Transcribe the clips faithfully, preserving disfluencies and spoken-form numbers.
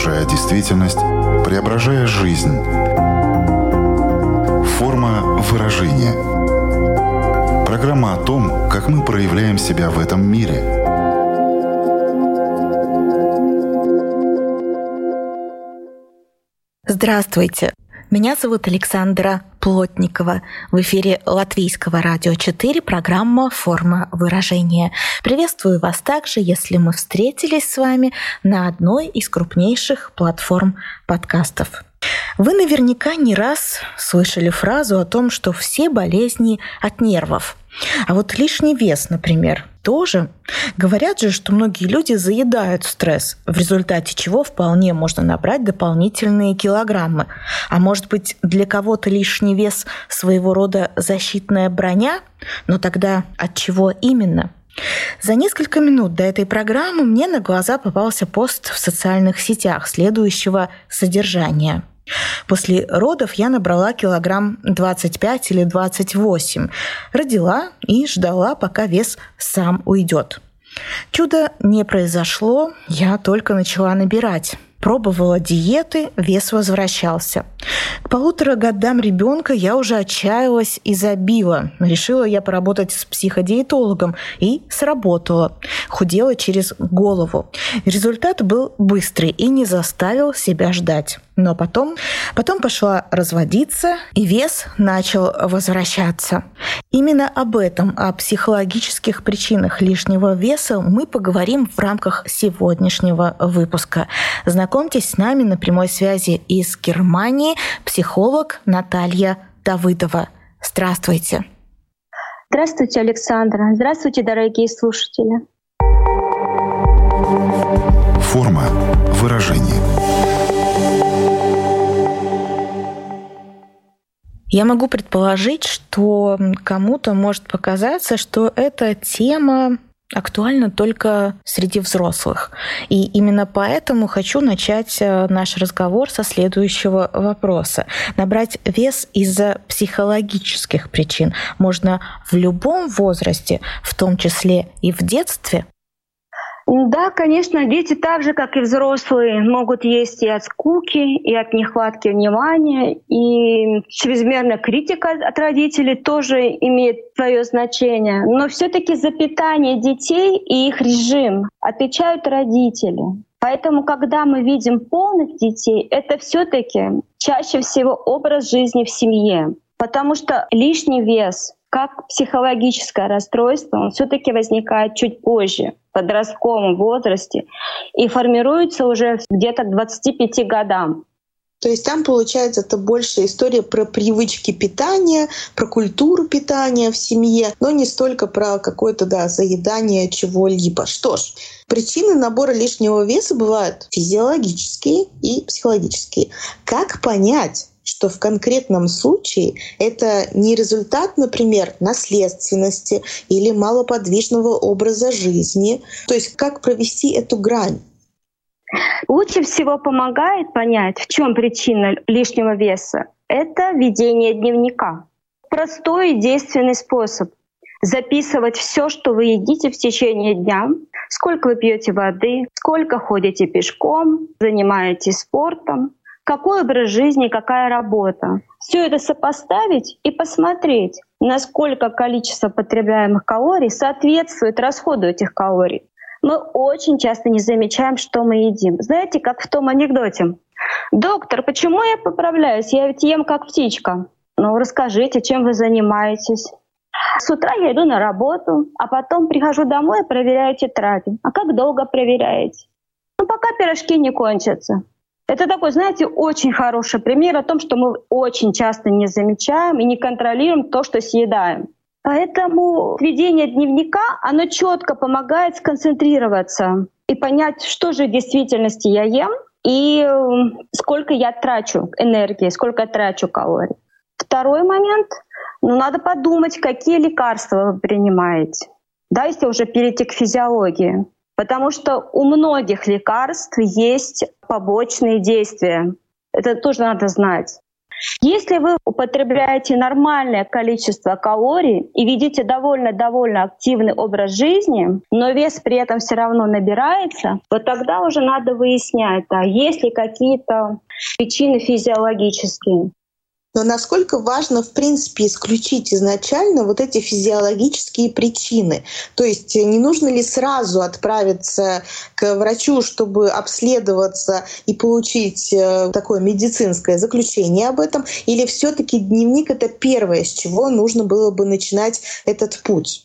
искажая действительность, преображая жизнь. Форма выражения. Программа о том, как мы проявляем себя в этом мире. Здравствуйте! Меня зовут Александра Плотникова. В эфире Латвийского радио четыре программа «Форма выражения». Приветствую вас также, если мы встретились с вами на одной из крупнейших платформ подкастов. Вы наверняка не раз слышали фразу о том, что все болезни от нервов. А вот лишний вес, например, тоже. Говорят же, что многие люди заедают стресс, в результате чего вполне можно набрать дополнительные килограммы. А может быть, для кого-то лишний вес своего рода защитная броня? Но тогда от чего именно? За несколько минут до этой программы мне на глаза попался пост в социальных сетях следующего содержания. После родов я набрала килограмм двадцать пять или двадцать восемь. Родила и ждала, пока вес сам уйдет. Чудо не произошло, я только начала набирать. Пробовала диеты, вес возвращался. К полутора годам ребенка я уже отчаялась и забила. Решила я поработать с психодиетологом и сработала. Худела через голову. Результат был быстрый и не заставил себя ждать. Но потом, потом пошла разводиться, и вес начал возвращаться. Именно об этом, о психологических причинах лишнего веса мы поговорим в рамках сегодняшнего выпуска. Знакомьтесь, с нами на прямой связи из Германии психолог Наталья Давыдова. Здравствуйте. Здравствуйте, Александра. Здравствуйте, дорогие слушатели. Форма выражения. Я могу предположить, что кому-то может показаться, что эта тема актуальна только среди взрослых. И именно поэтому хочу начать наш разговор со следующего вопроса. Набрать вес из-за психологических причин можно в любом возрасте, в том числе и в детстве? Да, конечно, дети так же, как и взрослые, могут есть и от скуки, и от нехватки внимания, и чрезмерная критика от родителей тоже имеет свое значение. Но все-таки за питание детей и их режим отвечают родители. Поэтому, когда мы видим полных детей, это все-таки чаще всего образ жизни в семье, потому что лишний вес, как психологическое расстройство, он все-таки возникает чуть позже, в подростковом возрасте, и формируется уже где-то к двадцати пяти годам. То есть там, получается, это больше история про привычки питания, про культуру питания в семье, но не столько про какое-то, да, заедание чего-либо. Что ж, причины набора лишнего веса бывают физиологические и психологические. Как понять, что в конкретном случае это не результат, например, наследственности или малоподвижного образа жизни? То есть как провести эту грань? Лучше всего помогает понять, в чем причина лишнего веса. Это ведение дневника. Простой и действенный способ. Записывать все, что вы едите в течение дня, сколько вы пьете воды, сколько ходите пешком, занимаетесь спортом, какой образ жизни, какая работа. Все это сопоставить и посмотреть, насколько количество потребляемых калорий соответствует расходу этих калорий. Мы очень часто не замечаем, что мы едим. Знаете, как в том анекдоте. «Доктор, почему я поправляюсь? Я ведь ем как птичка». Ну, расскажите, чем вы занимаетесь. С утра я иду на работу, а потом прихожу домой и проверяю тетради. А как долго проверяете? Ну, пока пирожки не кончатся. Это такой, знаете, очень хороший пример о том, что мы очень часто не замечаем и не контролируем то, что съедаем. Поэтому ведение дневника, оно четко помогает сконцентрироваться и понять, что же в действительности я ем и сколько я трачу энергии, сколько я трачу калорий. Второй момент, ну, надо подумать, какие лекарства вы принимаете. Да, если уже перейти к физиологии. Потому что у многих лекарств есть побочные действия. Это тоже надо знать. Если вы употребляете нормальное количество калорий и ведете довольно-довольно активный образ жизни, но вес при этом все равно набирается, то тогда уже надо выяснять, а есть ли какие-то причины физиологические. Но насколько важно, в принципе, исключить изначально вот эти физиологические причины? То есть не нужно ли сразу отправиться к врачу, чтобы обследоваться и получить такое медицинское заключение об этом? Или все-таки дневник — это первое, с чего нужно было бы начинать этот путь?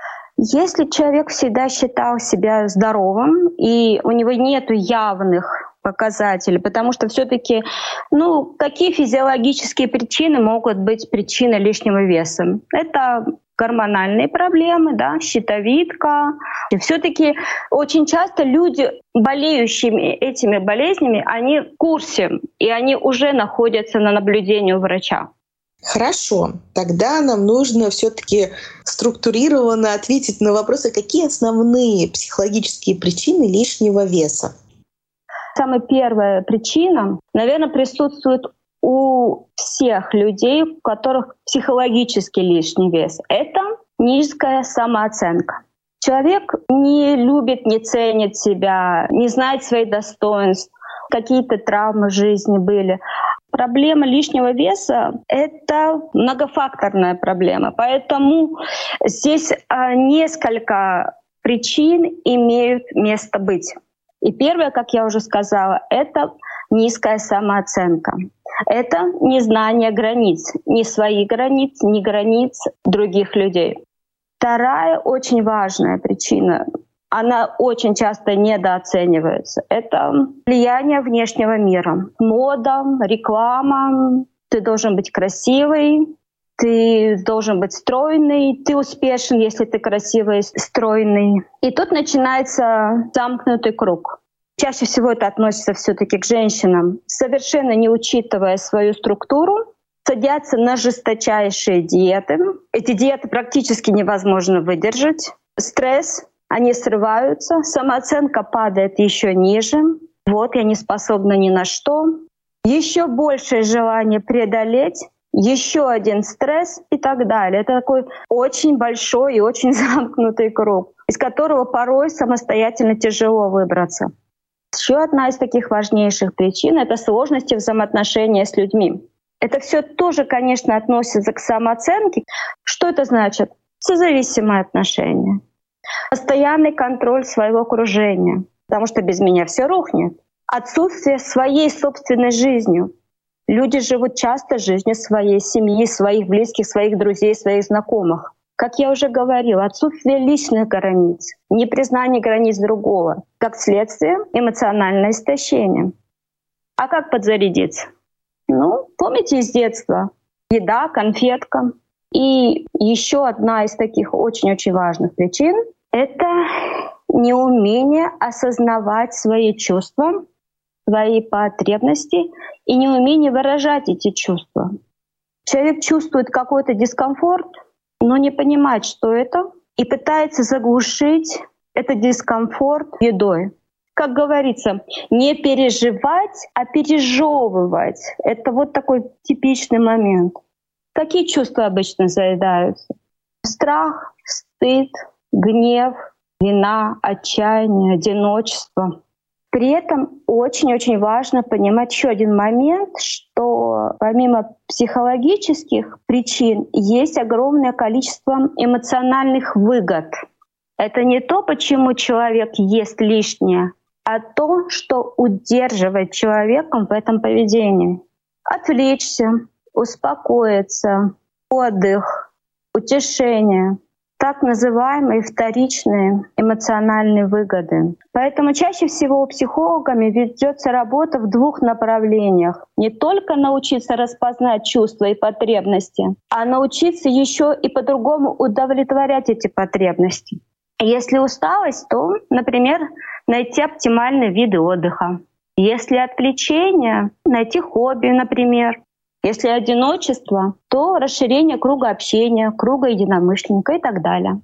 Если человек всегда считал себя здоровым, и у него нет явных показателей, потому что все-таки, ну, какие физиологические причины могут быть причиной лишнего веса? Это гормональные проблемы, да, щитовидка. Все-таки очень часто люди, болеющими этими болезнями, они в курсе, и они уже находятся на наблюдении у врача. Хорошо, тогда нам нужно все-таки структурированно ответить на вопросы, какие основные психологические причины лишнего веса. Самая первая причина, наверное, присутствует у всех людей, у которых психологически лишний вес. Это низкая самооценка. Человек не любит, не ценит себя, не знает своих достоинств, какие-то травмы в жизни были. Проблема лишнего веса — это многофакторная проблема, поэтому здесь несколько причин имеют место быть. И первое, как я уже сказала, это низкая самооценка. Это незнание границ, ни своих границ, ни границ других людей. Вторая очень важная причина, она очень часто недооценивается, это влияние внешнего мира. Мода, реклама, ты должен быть красивый, ты должен быть стройный, ты успешен, если ты красивый, стройный. И тут начинается замкнутый круг. Чаще всего это относится все-таки к женщинам, совершенно не учитывая свою структуру, садятся на жесточайшие диеты. Эти диеты практически невозможно выдержать. Стресс, они срываются, самооценка падает еще ниже. Вот, я не способна ни на что. Еще большее желание преодолеть, еще один стресс и так далее. Это такой очень большой и очень замкнутый круг, из которого порой самостоятельно тяжело выбраться. Еще одна из таких важнейших причин — это сложности взаимоотношения с людьми. Это все тоже, конечно, относится к самооценке. Что это значит? Созависимые отношения, постоянный контроль своего окружения, потому что без меня все рухнет. Отсутствие своей собственной жизнью. Люди живут часто жизнью своей семьи, своих близких, своих друзей, своих знакомых. Как я уже говорила, отсутствие личных границ, непризнание границ другого, как следствие эмоциональное истощение. А как подзарядиться? Ну, помните из детства? Еда, конфетка. И еще одна из таких очень-очень важных причин — это неумение осознавать свои чувства, свои потребности и неумение выражать эти чувства. Человек чувствует какой-то дискомфорт, но не понимает, что это, и пытается заглушить этот дискомфорт едой. Как говорится, не переживать, а пережевывать. Это вот такой типичный момент. Какие чувства обычно заедаются? Страх, стыд, гнев, вина, отчаяние, одиночество. При этом очень-очень важно понимать еще один момент, что помимо психологических причин есть огромное количество эмоциональных выгод. Это не то, почему человек ест лишнее, а то, что удерживает человека в этом поведении. Отвлечься, успокоиться, отдых, утешение. Так называемые вторичные эмоциональные выгоды. Поэтому чаще всего психологами ведется работа в двух направлениях. Не только научиться распознать чувства и потребности, а научиться еще и по-другому удовлетворять эти потребности. Если усталость, то, например, найти оптимальные виды отдыха. Если отвлечение, найти хобби, например. Если одиночество, то расширение круга общения, круга единомышленника и так далее.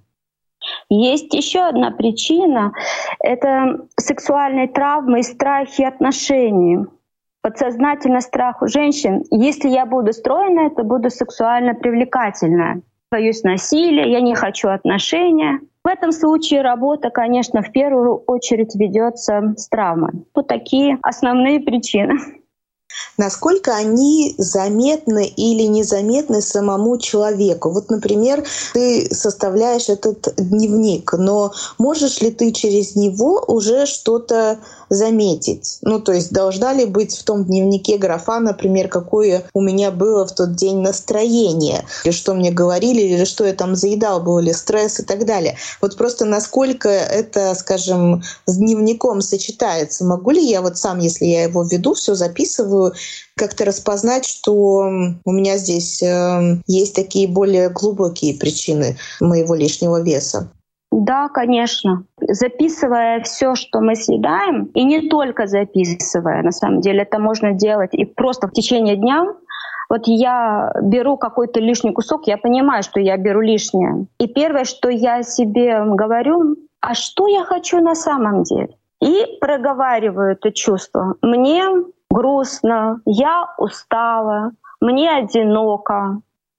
Есть еще одна причина — это сексуальные травмы и страхи отношений. Подсознательно страх у женщин: если я буду стройная, то буду сексуально привлекательная. Боюсь насилия, я не хочу отношения. В этом случае работа, конечно, в первую очередь ведется с травмой. Вот такие основные причины. Насколько они заметны или незаметны самому человеку? Вот, например, ты составляешь этот дневник, но можешь ли ты через него уже что-то заметить? Ну, то есть должна ли быть в том дневнике графа, например, какое у меня было в тот день настроение, или что мне говорили, или что я там заедал, был ли стресс и так далее. Вот просто насколько это, скажем, с дневником сочетается? Могу ли я вот сам, если я его веду, все записываю, как-то распознать, что у меня здесь э, есть такие более глубокие причины моего лишнего веса? Да, конечно. Записывая все, что мы съедаем, и не только записывая, на самом деле, это можно делать и просто в течение дня. Вот я беру какой-то лишний кусок, я понимаю, что я беру лишнее. И первое, что я себе говорю: а что я хочу на самом деле? И проговариваю это чувство. Мне грустно, я устала, мне одиноко.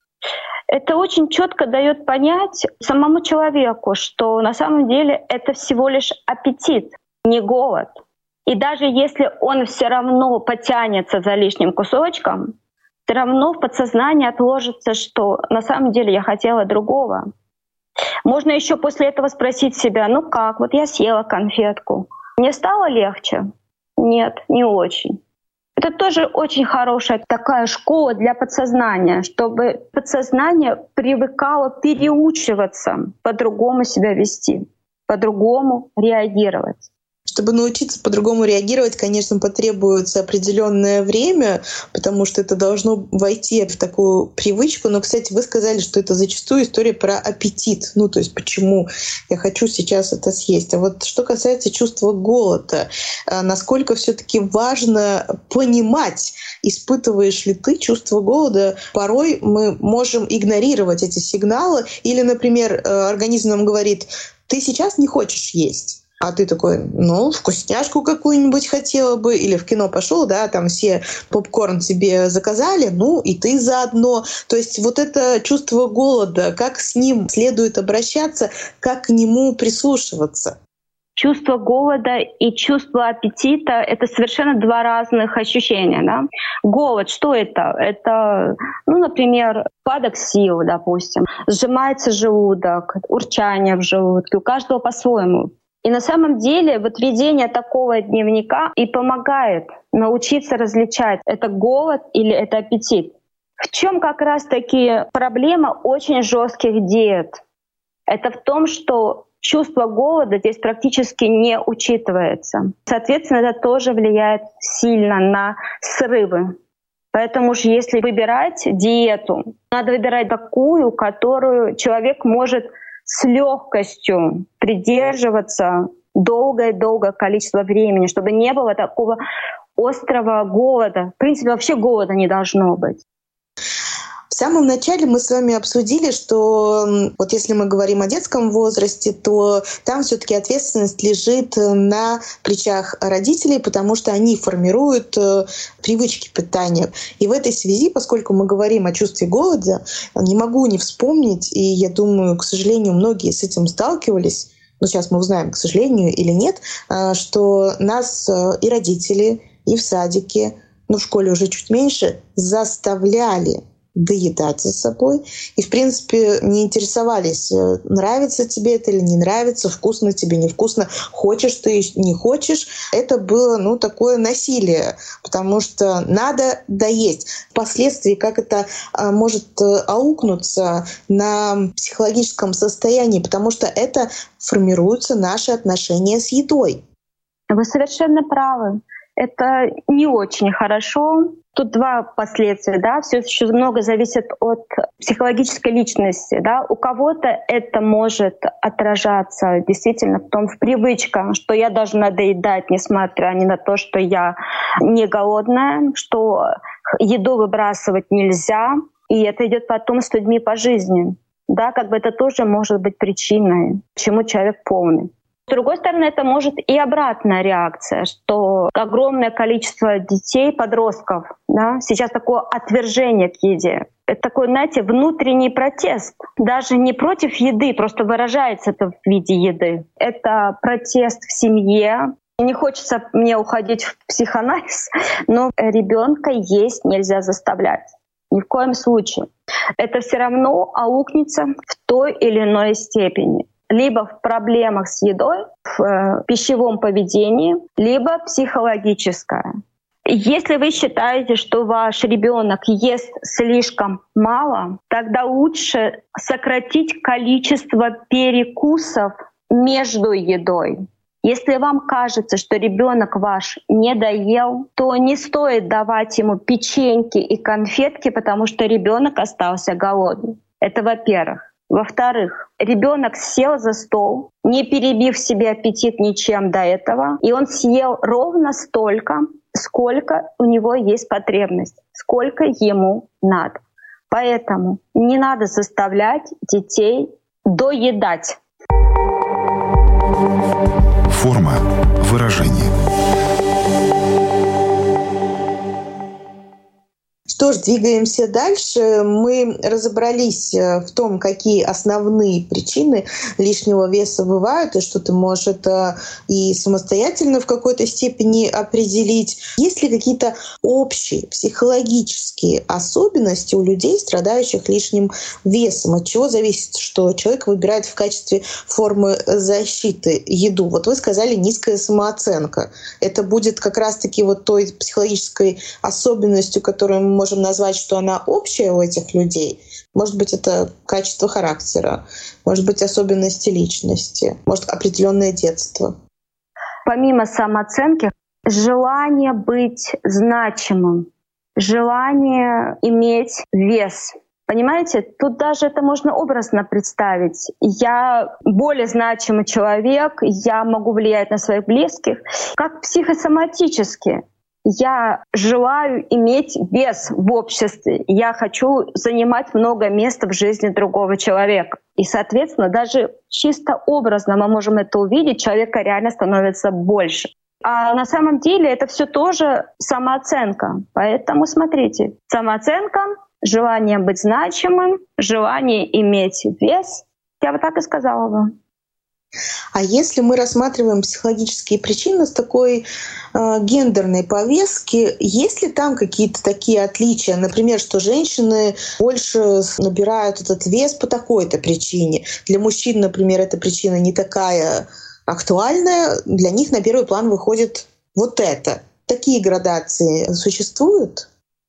Это очень четко дает понять самому человеку, что на самом деле это всего лишь аппетит, не голод. И даже если он все равно потянется за лишним кусочком, все равно в подсознании отложится, что на самом деле я хотела другого. Можно еще после этого спросить себя: ну как, вот я съела конфетку, мне стало легче? Нет, не очень. Это тоже очень хорошая такая школа для подсознания, чтобы подсознание привыкало переучиваться, по-другому себя вести, по-другому реагировать. Чтобы научиться по-другому реагировать, конечно, потребуется определенное время, потому что это должно войти в такую привычку. Но, кстати, вы сказали, что это зачастую история про аппетит. Ну, то есть почему я хочу сейчас это съесть. А вот что касается чувства голода, насколько все-таки важно понимать, испытываешь ли ты чувство голода. Порой мы можем игнорировать эти сигналы. Или, например, организм нам говорит: ты сейчас не хочешь есть. А ты такой: ну, вкусняшку какую-нибудь хотела бы, или в кино пошел, да, там все попкорн себе заказали, ну и ты заодно. То есть вот это чувство голода, как с ним следует обращаться, как к нему прислушиваться? Чувство голода и чувство аппетита — это совершенно два разных ощущения. Да? Голод — что это? Это, ну, например, упадок сил, допустим, сжимается желудок, урчание в желудке, у каждого по-своему. И на самом деле вот ведение такого дневника и помогает научиться различать, это голод или это аппетит. В чем как раз-таки проблема очень жестких диет? Это в том, что чувство голода здесь практически не учитывается. Соответственно, это тоже влияет сильно на срывы. Поэтому же если выбирать диету, надо выбирать такую, которую человек может с легкостью придерживаться долгое-долгое количество времени, чтобы не было такого острого голода. В принципе, вообще голода не должно быть. В самом начале мы с вами обсудили, что вот если мы говорим о детском возрасте, то там все-таки ответственность лежит на плечах родителей, потому что они формируют привычки питания. И в этой связи, поскольку мы говорим о чувстве голода, не могу не вспомнить, и я думаю, к сожалению, многие с этим сталкивались, но сейчас мы узнаем, к сожалению или нет, что нас и родители, и в садике, ну в школе уже чуть меньше, заставляли доедать за собой. И, в принципе, не интересовались, нравится тебе это или не нравится, вкусно тебе, невкусно, хочешь ты, не хочешь. Это было, ну, такое насилие, потому что надо доесть. Впоследствии, как это а, может аукнуться на психологическом состоянии, потому что это формируются наши отношения с едой. Вы совершенно правы. Это не очень хорошо. Тут два последствия, да, все еще много зависит от психологической личности, да. У кого-то это может отражаться действительно в том, в привычках, что я должна доедать, несмотря ни на то, что я не голодная, что еду выбрасывать нельзя, и это идет потом с людьми по жизни, да, как бы это тоже может быть причиной, почему человек полный. С другой стороны, это может и обратная реакция, что огромное количество детей, подростков, да, сейчас такое отвержение к еде. Это такой, знаете, внутренний протест. Даже не против еды, просто выражается это в виде еды. Это протест в семье. Не хочется мне уходить в психоанализ, но ребенка есть нельзя заставлять. Ни в коем случае. Это все равно аукнется в той или иной степени. Либо в проблемах с едой, в пищевом поведении, либо психологическое. Если вы считаете, что ваш ребенок ест слишком мало, тогда лучше сократить количество перекусов между едой. Если вам кажется, что ребенок ваш не доел, то не стоит давать ему печеньки и конфетки, потому что ребенок остался голодным. Это во-первых. Во-вторых, ребенок сел за стол, не перебив себе аппетит ничем до этого, и он съел ровно столько, сколько у него есть потребность, сколько ему надо. Поэтому не надо заставлять детей доедать. Форма выражения. Что ж, двигаемся дальше. Мы разобрались в том, какие основные причины лишнего веса бывают, и что ты можешь это и самостоятельно в какой-то степени определить. Есть ли какие-то общие психологические особенности у людей, страдающих лишним весом? От чего зависит, что человек выбирает в качестве формы защиты еду? Вот вы сказали низкая самооценка. Это будет как раз-таки вот той психологической особенностью, которую мы можем назвать, что она общая у этих людей. Может быть, это качество характера, может быть, особенности личности, может, определенное детство. Помимо самооценки, желание быть значимым, желание иметь вес. Понимаете, тут даже это можно образно представить. Я более значимый человек, я могу влиять на своих близких, как психосоматически. Я желаю иметь вес в обществе. Я хочу занимать много места в жизни другого человека. И, соответственно, даже чисто образно мы можем это увидеть, человека реально становится больше. А на самом деле это все тоже самооценка. Поэтому смотрите, самооценка, желание быть значимым, желание иметь вес. Я вот так и сказала бы. А если мы рассматриваем психологические причины с такой э, гендерной повестки, есть ли там какие-то такие отличия? Например, что женщины больше набирают этот вес по такой-то причине. Для мужчин, например, эта причина не такая актуальная. Для них на первый план выходит вот это. Такие градации существуют?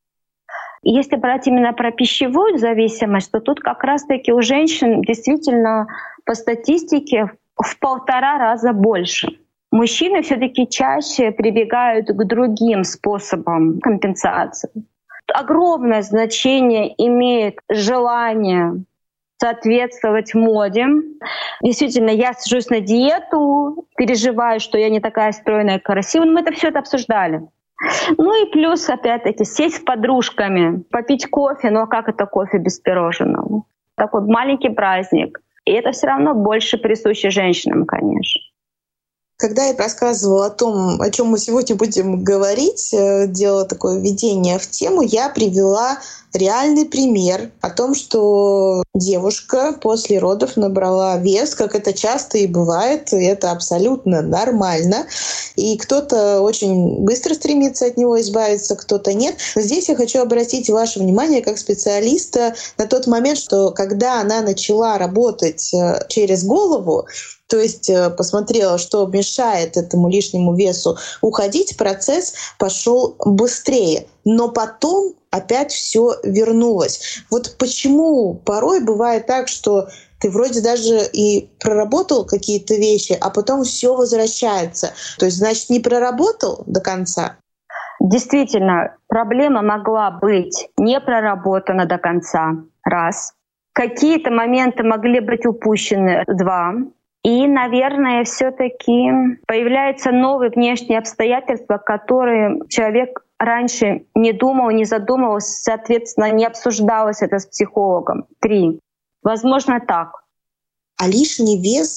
Если брать именно про пищевую зависимость, то тут как раз-таки у женщин действительно по статистике в полтора раза больше. Мужчины все-таки чаще прибегают к другим способам компенсации. Огромное значение имеет желание соответствовать моде. Действительно, я сажусь на диету, переживаю, что я не такая стройная, красивая. Мы это все это обсуждали. Ну и плюс, опять-таки, сесть с подружками, попить кофе. Ну а как это кофе без пирожного? Такой маленький праздник. И это все равно больше присуще женщинам, конечно. Когда я рассказывала о том, о чем мы сегодня будем говорить, делала такое введение в тему, я привела реальный пример о том, что девушка после родов набрала вес, как это часто и бывает, и это абсолютно нормально. И кто-то очень быстро стремится от него избавиться, кто-то нет. Но здесь я хочу обратить ваше внимание как специалиста на тот момент, что когда она начала работать через голову, то есть посмотрела, что мешает этому лишнему весу уходить, процесс пошел быстрее. Но потом опять все вернулось. Вот почему порой бывает так, что ты вроде даже и проработал какие-то вещи, а потом все возвращается. То есть, значит, не проработал до конца? Действительно, проблема могла быть не проработана до конца. Раз. Какие-то моменты могли быть упущены. Два. И, наверное, все-таки появляются новые внешние обстоятельства, которые человек раньше не думал, не задумывался, соответственно, не обсуждалось это с психологом. Три. Возможно, так. А лишний вес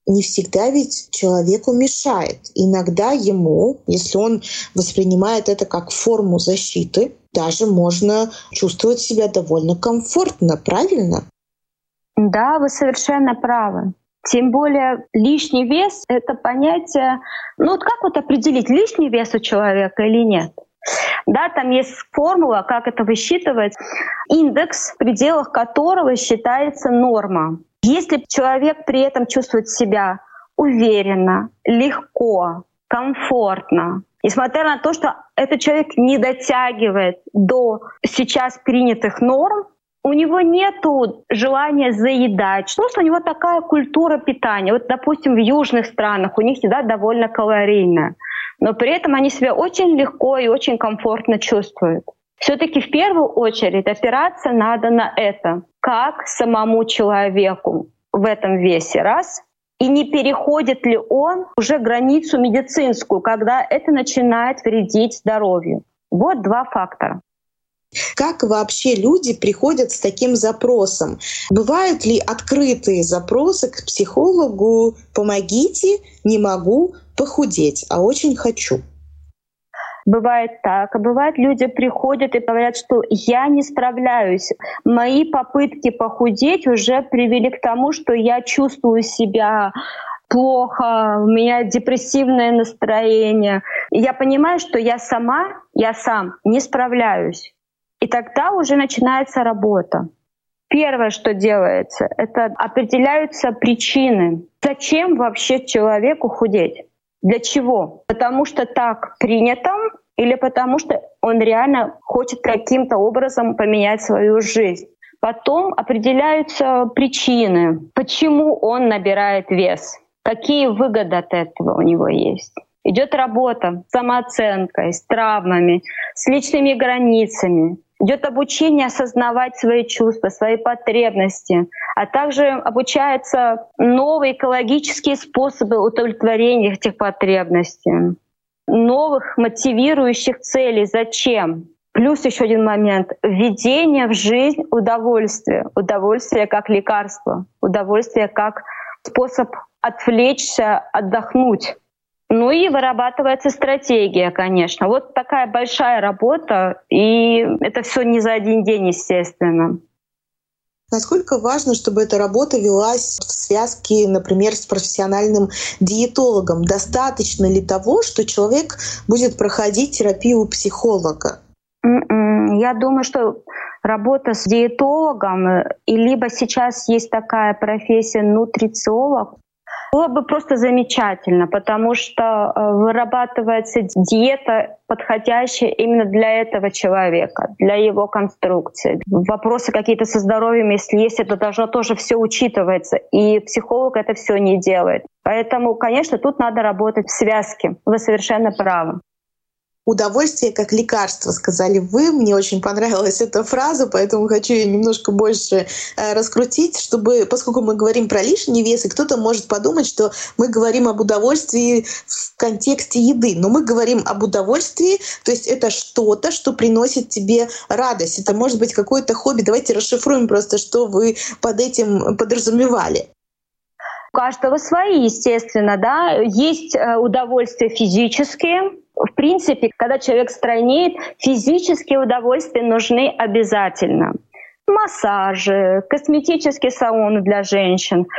не всегда ведь человеку мешает. Иногда ему, если он воспринимает это как форму защиты, даже можно чувствовать себя довольно комфортно, правильно? Да, вы совершенно правы. Тем более лишний вес — это понятие... Ну вот как вот определить, лишний вес у человека или нет? Да, там есть формула, как это высчитывать. Индекс, в пределах которого считается норма. Если человек при этом чувствует себя уверенно, легко, комфортно, несмотря на то, что этот человек не дотягивает до сейчас принятых норм, у него нет желания заедать. Просто у него такая культура питания. Вот, допустим, в южных странах у них еда довольно калорийная, но при этом они себя очень легко и очень комфортно чувствуют. Все-таки в первую очередь опираться надо на это. Как самому человеку в этом весе, раз, и не переходит ли он уже границу медицинскую, когда это начинает вредить здоровью. Вот два фактора. Как вообще люди приходят с таким запросом? Бывают ли открытые запросы к психологу «помогите, не могу похудеть, а очень хочу»? Бывает так. А бывает, люди приходят и говорят, что я не справляюсь. Мои попытки похудеть уже привели к тому, что я чувствую себя плохо, у меня депрессивное настроение. И я понимаю, что я сама, я сам не справляюсь. И тогда уже начинается работа. Первое, что делается, это определяются причины. Зачем вообще человеку худеть? Для чего? Потому что так принято или потому что он реально хочет каким-то образом поменять свою жизнь? Потом определяются причины, почему он набирает вес, какие выгоды от этого у него есть. Идет работа с самооценкой, с травмами, с личными границами. Идет обучение осознавать свои чувства, свои потребности, а также обучаются новые экологические способы удовлетворения этих потребностей, новых мотивирующих целей. Зачем? Плюс еще один момент — введение в жизнь удовольствия. Удовольствие как лекарство, удовольствие как способ отвлечься, отдохнуть. Ну и вырабатывается стратегия, конечно. Вот такая большая работа, и это все не за один день, естественно. Насколько важно, чтобы эта работа велась в связке, например, с профессиональным диетологом? Достаточно ли того, что человек будет проходить терапию у психолога? Я думаю, что работа с диетологом, и либо сейчас есть такая профессия нутрициолог, было бы просто замечательно, потому что вырабатывается диета, подходящая именно для этого человека, для его конструкции. Вопросы какие-то со здоровьем, если есть, это должно тоже все учитываться, и психолог это все не делает. Поэтому, конечно, тут надо работать в связке. Вы совершенно правы. «Удовольствие как лекарство», сказали вы. Мне очень понравилась эта фраза, поэтому хочу ее немножко больше э, раскрутить, чтобы, поскольку мы говорим про лишний вес, и кто-то может подумать, что мы говорим об удовольствии в контексте еды, но мы говорим об удовольствии, то есть это что-то, что приносит тебе радость. Это может быть какое-то хобби. Давайте расшифруем просто, что вы под этим подразумевали. У каждого свои, естественно, да. Есть удовольствия физические. В принципе, когда человек стройнеет, физические удовольствия нужны обязательно. Массажи, косметические салоны для женщин.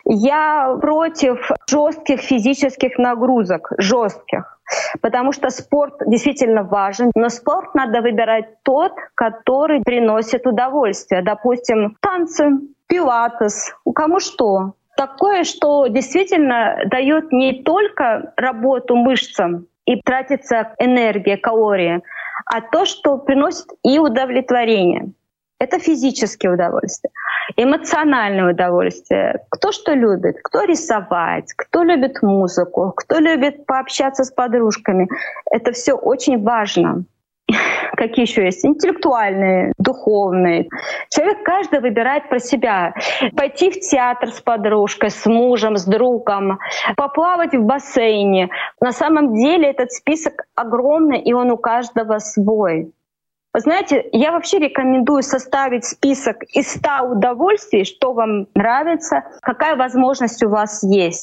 Я против жестких физических нагрузок, жестких, потому что спорт действительно важен, но спорт надо выбирать тот, который приносит удовольствие. Допустим, танцы, пилатес, кому что. Такое, что действительно дает не только работу мышцам, и тратится энергия, калории, а то, что приносит и удовлетворение. Это физическое удовольствие. Эмоциональное удовольствие. Кто что любит. Кто рисовать, кто любит музыку, кто любит пообщаться с подружками. Это все очень важно. Какие еще есть? Интеллектуальные, духовные. Человек каждый выбирает про себя. Пойти в театр с подружкой, с мужем, с другом, поплавать в бассейне. На самом деле этот список огромный, и он у каждого свой. Вы знаете, я вообще рекомендую составить список из ста удовольствий, что вам нравится, какая возможность у вас есть.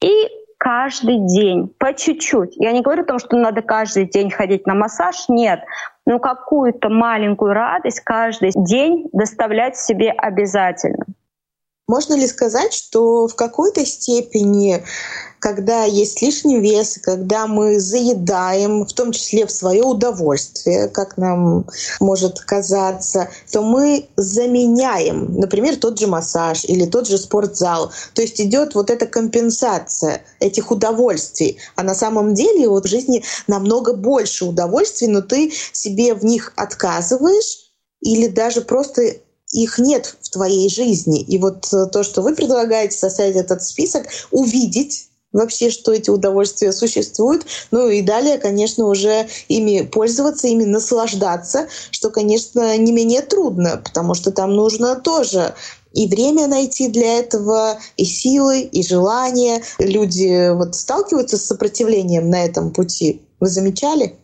И каждый день, по чуть-чуть. Я не говорю о том, что надо каждый день ходить на массаж, нет. Но какую-то маленькую радость каждый день доставлять себе обязательно. Можно ли сказать, что в какой-то степени, когда есть лишний вес, когда мы заедаем, в том числе в свое удовольствие, как нам может казаться, то мы заменяем, например, тот же массаж или тот же спортзал. То есть идет вот эта компенсация этих удовольствий. А на самом деле вот в жизни намного больше удовольствий, но ты себе в них отказываешь или даже просто их нет в твоей жизни. И вот то, что вы предлагаете составить этот список, увидеть вообще, что эти удовольствия существуют, ну и далее, конечно, уже ими пользоваться, ими наслаждаться, что, конечно, не менее трудно, потому что там нужно тоже и время найти для этого, и силы, и желания. Люди вот сталкиваются с сопротивлением на этом пути. Вы замечали?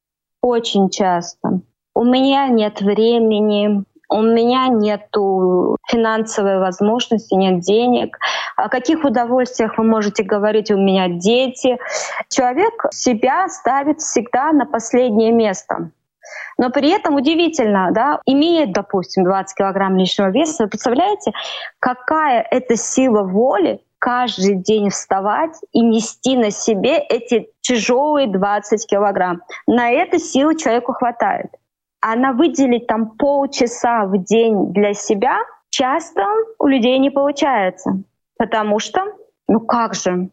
Очень часто. У меня нет времени, у меня нету финансовой возможности, нет денег. О каких удовольствиях вы можете говорить? У меня дети. Человек себя ставит всегда на последнее место. Но при этом удивительно, да, имеет, допустим, двадцать килограмм лишнего веса, вы представляете, какая это сила воли каждый день вставать и нести на себе эти тяжелые двадцать килограмм. На это силы человеку хватает. А на выделить там полчаса в день для себя часто у людей не получается. Потому что, ну как же,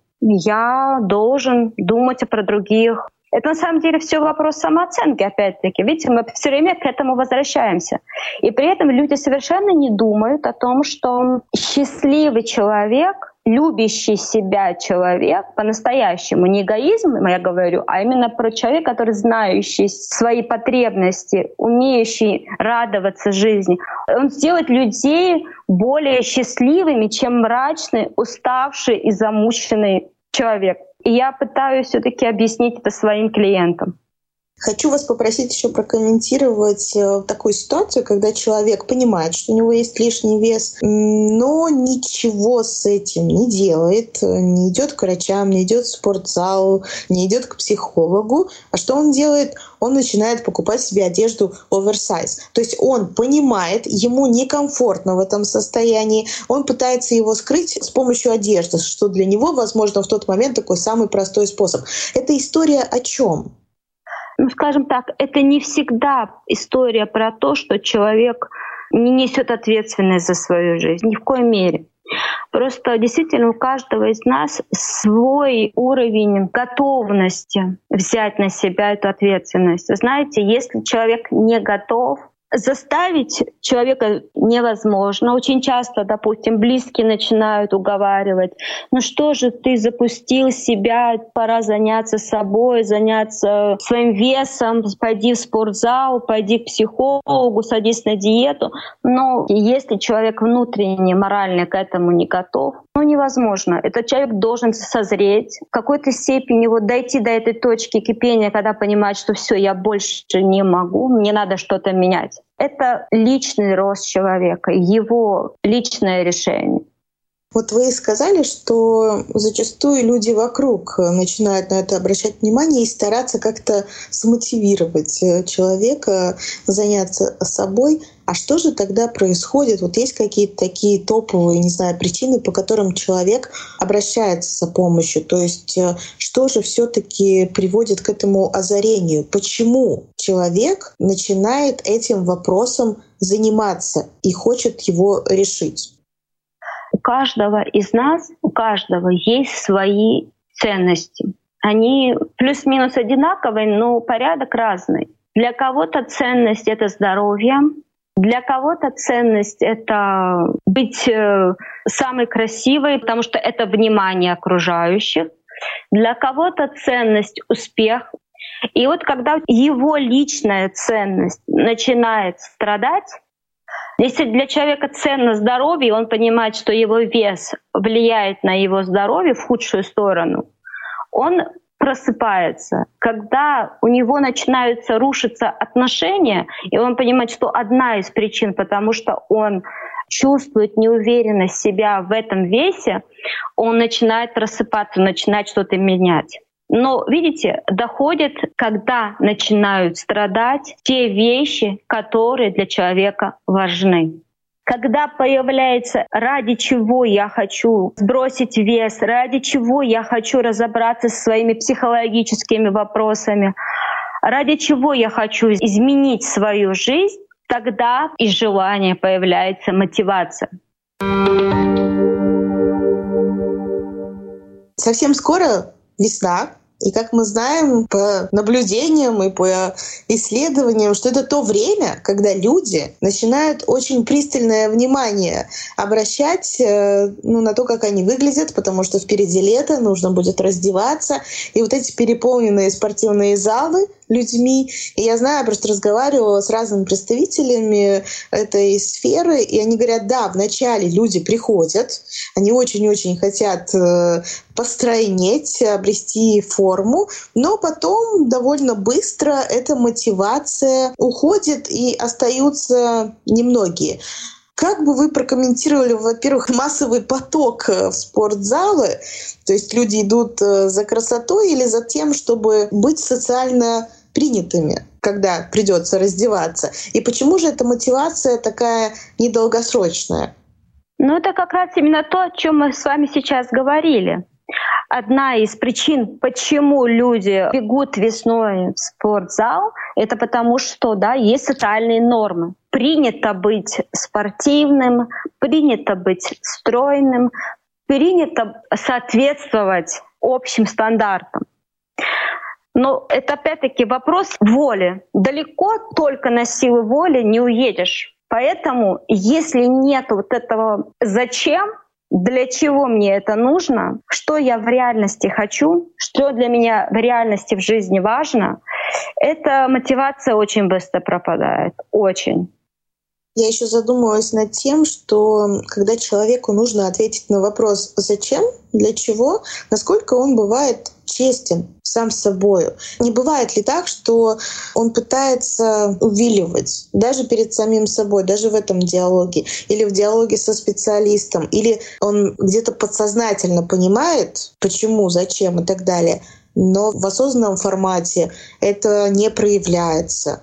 я должен думать про других. Это на самом деле все вопрос самооценки, опять-таки. Видите, мы все время к этому возвращаемся. И при этом люди совершенно не думают о том, что счастливый человек, любящий себя человек, по-настоящему, не эгоизм, я говорю, а именно про человека, который знающий свои потребности, умеющий радоваться жизни. Он сделает людей более счастливыми, чем мрачный, уставший и замученный человек. И я пытаюсь все-таки объяснить это своим клиентам. Хочу вас попросить еще прокомментировать такую ситуацию, когда человек понимает, что у него есть лишний вес, но ничего с этим не делает, не идет к врачам, не идет в спортзал, не идет к психологу. А что он делает? Он начинает покупать себе одежду оверсайз. То есть он понимает, ему некомфортно в этом состоянии, он пытается его скрыть с помощью одежды, что для него, возможно, в тот момент такой самый простой способ. Это история о чем? Ну, скажем так, это не всегда история про то, что человек не несет ответственность за свою жизнь. Ни в коей мере. Просто действительно у каждого из нас свой уровень готовности взять на себя эту ответственность. Вы знаете, если человек не готов, заставить человека невозможно. Очень часто, допустим, близкие начинают уговаривать: ну что же ты запустил себя, пора заняться собой, заняться своим весом, пойди в спортзал, пойди к психологу, садись на диету. Но если человек внутренне, морально к этому не готов, ну невозможно. Этот человек должен созреть, в какой-то степени вот дойти до этой точки кипения, когда понимает, что все, я больше не могу, мне надо что-то менять. Это личный рост человека, его личное решение. Вот вы сказали, что зачастую люди вокруг начинают на это обращать внимание и стараться как-то смотивировать человека заняться собой. А что же тогда происходит? Вот есть какие-то такие топовые, не знаю, причины, по которым человек обращается за помощью? То есть что же все-таки приводит к этому озарению? Почему человек начинает этим вопросом заниматься и хочет его решить? У каждого из нас, у каждого есть свои ценности. Они плюс-минус одинаковые, но порядок разный. Для кого-то ценность — это здоровье, для кого-то ценность — это быть самой красивой, потому что это внимание окружающих. Для кого-то ценность — успех. И вот когда его личная ценность начинает страдать, если для человека ценно здоровье, он понимает, что его вес влияет на его здоровье в худшую сторону, он просыпается. Когда у него начинаются рушиться отношения, и он понимает, что одна из причин, потому что он чувствует неуверенность себя в этом весе, он начинает рассыпаться, начинает что-то менять. Но, видите, доходит, когда начинают страдать те вещи, которые для человека важны. Когда появляется, ради чего я хочу сбросить вес, ради чего я хочу разобраться со своими психологическими вопросами, ради чего я хочу изменить свою жизнь, тогда из желания появляется мотивация. Совсем скоро весна. И как мы знаем по наблюдениям и по исследованиям, что это то время, когда люди начинают очень пристальное внимание обращать ну, на то, как они выглядят, потому что впереди лето, нужно будет раздеваться. И вот эти переполненные спортивные залы людьми. И я знаю, я просто разговаривала с разными представителями этой сферы, и они говорят, да, вначале люди приходят, они очень-очень хотят постройнеть, обрести форму, но потом довольно быстро эта мотивация уходит, и остаются немногие. Как бы вы прокомментировали, во-первых, массовый поток в спортзалы? То есть люди идут за красотой или за тем, чтобы быть социально принятыми, когда придется раздеваться? И почему же эта мотивация такая недолгосрочная? Ну, это как раз именно то, о чем мы с вами сейчас говорили. Одна из причин, почему люди бегут весной в спортзал, это потому что, да, есть социальные нормы. Принято быть спортивным, принято быть стройным, принято соответствовать общим стандартам. Но это опять-таки вопрос воли. Далеко только на силу воли не уедешь. Поэтому, если нет вот этого «зачем?», для чего мне это нужно, что я в реальности хочу, что для меня в реальности в жизни важно, эта мотивация очень быстро пропадает. Очень. Я еще задумалась над тем, что когда человеку нужно ответить на вопрос «зачем?», «для чего?», насколько он бывает честен сам с собой. Не бывает ли так, что он пытается увиливать даже перед самим собой, даже в этом диалоге, или в диалоге со специалистом, или он где-то подсознательно понимает, почему, зачем и так далее, но в осознанном формате это не проявляется.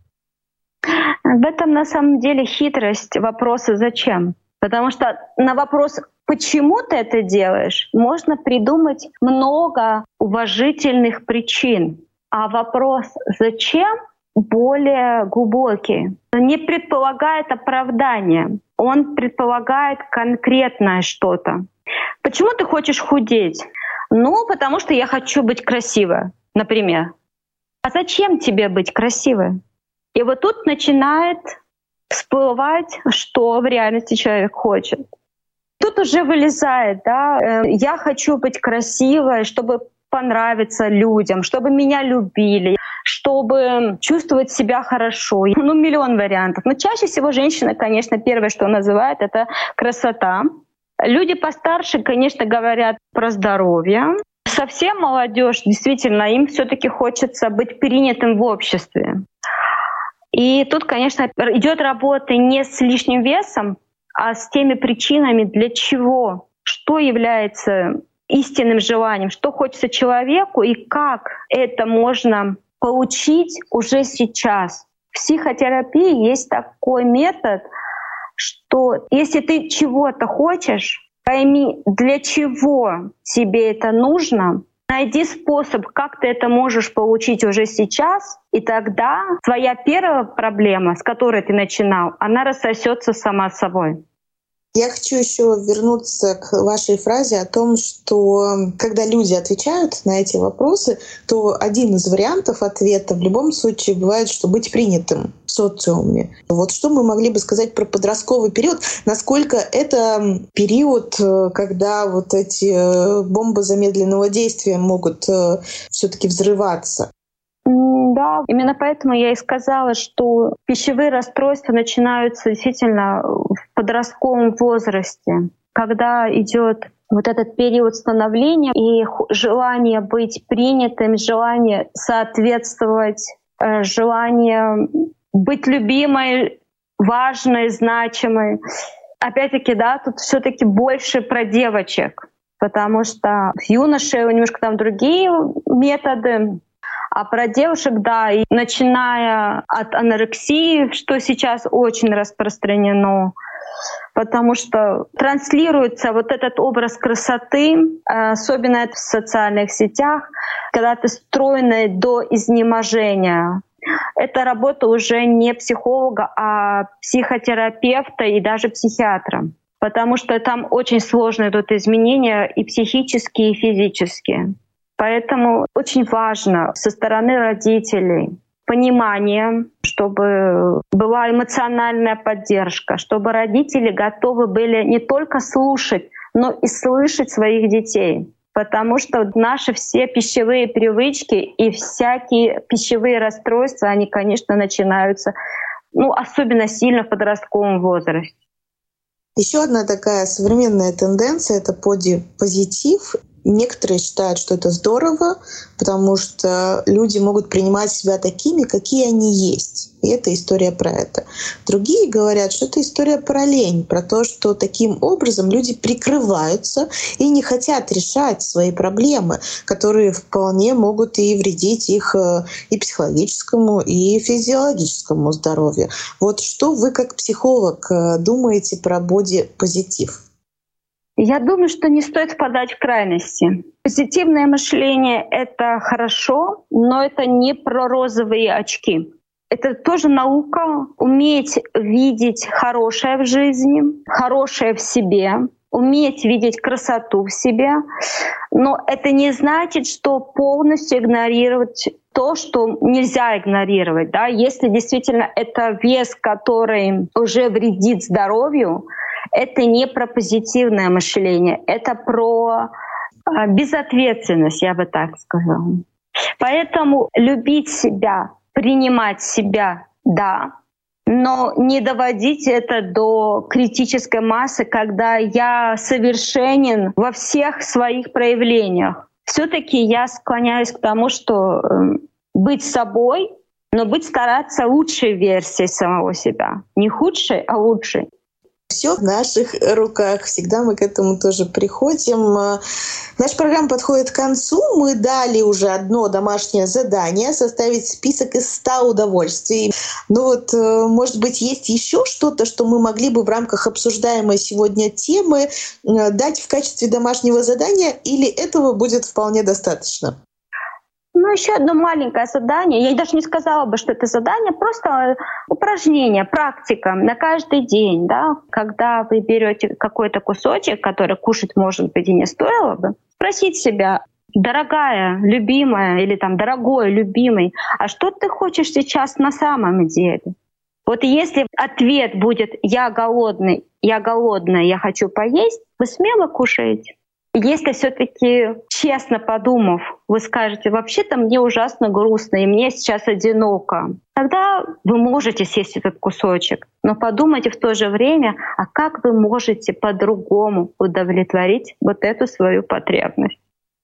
В этом на самом деле хитрость вопроса «зачем?». Потому что на вопрос «почему ты это делаешь?» можно придумать много уважительных причин. А вопрос «зачем?» более глубокий. Он не предполагает оправдания. Он предполагает конкретное что-то. Почему ты хочешь худеть? Ну, потому что я хочу быть красивой, например. А зачем тебе быть красивой? И вот тут начинает всплывать, что в реальности человек хочет. Тут уже вылезает, да, я хочу быть красивой, чтобы понравиться людям, чтобы меня любили, чтобы чувствовать себя хорошо. Ну, миллион вариантов. Но чаще всего женщина, конечно, первое, что называет, это красота. Люди постарше, конечно, говорят про здоровье. Совсем молодежь, действительно, им все-таки хочется быть принятым в обществе. И тут, конечно, идет работа не с лишним весом, а с теми причинами, для чего, что является истинным желанием, что хочется человеку и как это можно получить уже сейчас. В психотерапии есть такой метод, что если ты чего-то хочешь, пойми, для чего тебе это нужно, найди способ, как ты это можешь получить уже сейчас, и тогда твоя первая проблема, с которой ты начинал, она рассосется сама собой. Я хочу еще вернуться к вашей фразе о том, что когда люди отвечают на эти вопросы, то один из вариантов ответа в любом случае бывает, что быть принятым в социуме. Вот что мы могли бы сказать про подростковый период? Насколько это период, когда вот эти бомбы замедленного действия могут все-таки взрываться? Да, именно поэтому я и сказала, что пищевые расстройства начинаются действительно в подростковом возрасте, когда идет вот этот период становления и желание быть принятым, желание соответствовать, желание быть любимой, важной, значимой. опять-таки, да, тут все-таки больше про девочек, потому что юноши немножко там другие методы. А про девушек, да, и начиная от анорексии, что сейчас очень распространено, потому что транслируется вот этот образ красоты, особенно это в социальных сетях, когда ты стройная до изнеможения. Это работа уже не психолога, а психотерапевта и даже психиатра, потому что там очень сложно идут изменения и психические, и физические. Поэтому очень важно со стороны родителей понимание, чтобы была эмоциональная поддержка, чтобы родители готовы были не только слушать, но и слышать своих детей. Потому что наши все пищевые привычки и всякие пищевые расстройства, они, конечно, начинаются, ну, особенно сильно в подростковом возрасте. Еще одна такая современная тенденция — это бодипозитив. Некоторые считают, что это здорово, потому что люди могут принимать себя такими, какие они есть. И это история про это. Другие говорят, что это история про лень, про то, что таким образом люди прикрываются и не хотят решать свои проблемы, которые вполне могут и вредить их и психологическому, и физиологическому здоровью. Вот что вы как психолог думаете про бодипозитив? Я думаю, что не стоит впадать в крайности. Позитивное мышление — это хорошо, но это не про розовые очки. Это тоже наука — уметь видеть хорошее в жизни, хорошее в себе, уметь видеть красоту в себе. Но это не значит, что полностью игнорировать то, что нельзя игнорировать. Да? Если действительно это вес, который уже вредит здоровью, это не про позитивное мышление, это про безответственность, я бы так сказала. Поэтому любить себя, принимать себя, да, но не доводить это до критической массы, когда я совершенен во всех своих проявлениях. Все-таки я склоняюсь к тому, что быть собой, но быть стараться лучшей версией самого себя. Не худшей, а лучшей. Все в наших руках. Всегда мы к этому тоже приходим. Наша программа подходит к концу. Мы дали уже одно домашнее задание — составить список из ста удовольствий. Ну вот, может быть, есть еще что-то, что мы могли бы в рамках обсуждаемой сегодня темы дать в качестве домашнего задания, или этого будет вполне достаточно? Ну, еще одно маленькое задание. Я даже не сказала бы, что это задание, просто упражнение, практика на каждый день. Да? Когда вы берете какой-то кусочек, который кушать, может быть, и не стоило бы, спросить себя: дорогая, любимая, или там дорогой, любимый, а что ты хочешь сейчас на самом деле? Вот если ответ будет «я голодный, я голодная, я хочу поесть», вы смело кушаете. Если все-таки, честно подумав, вы скажете: вообще-то мне ужасно грустно и мне сейчас одиноко, тогда вы можете съесть этот кусочек. Но подумайте в то же время, а как вы можете по-другому удовлетворить вот эту свою потребность.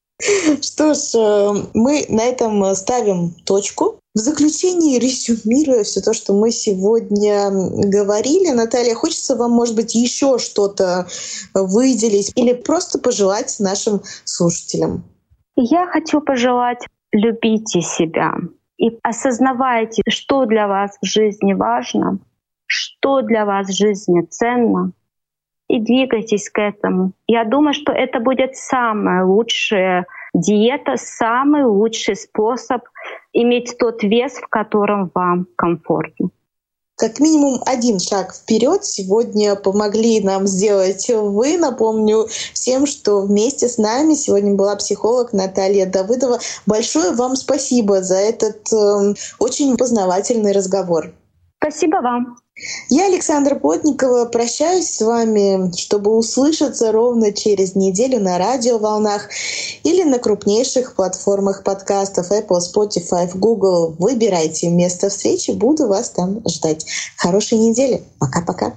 Что ж, мы на этом ставим точку. В заключении, резюмируя все то, что мы сегодня говорили, Наталья, хочется вам, может быть, еще что-то выделить или просто пожелать нашим слушателям? Я хочу пожелать: любите себя и осознавайте, что для вас в жизни важно, что для вас в жизни ценно, и двигайтесь к этому. Я думаю, что это будет самая лучшая диета, самый лучший способ иметь тот вес, в котором вам комфортно. Как минимум один шаг вперед сегодня помогли нам сделать вы. Напомню всем, что вместе с нами сегодня была психолог Наталья Давыдова. Большое вам спасибо за этот э, очень познавательный разговор. Спасибо вам. Я, Александра Плотникова, прощаюсь с вами, чтобы услышаться ровно через неделю на радиоволнах или на крупнейших платформах подкастов Apple, Spotify, Google. Выбирайте место встречи, буду вас там ждать. Хорошей недели. Пока-пока.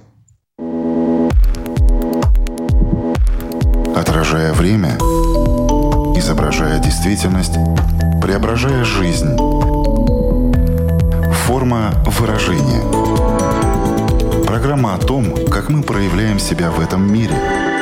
Отражая время, изображая действительность, преображая жизнь. Форма выражения. Программа о том, как как мы проявляем себя в этом мире.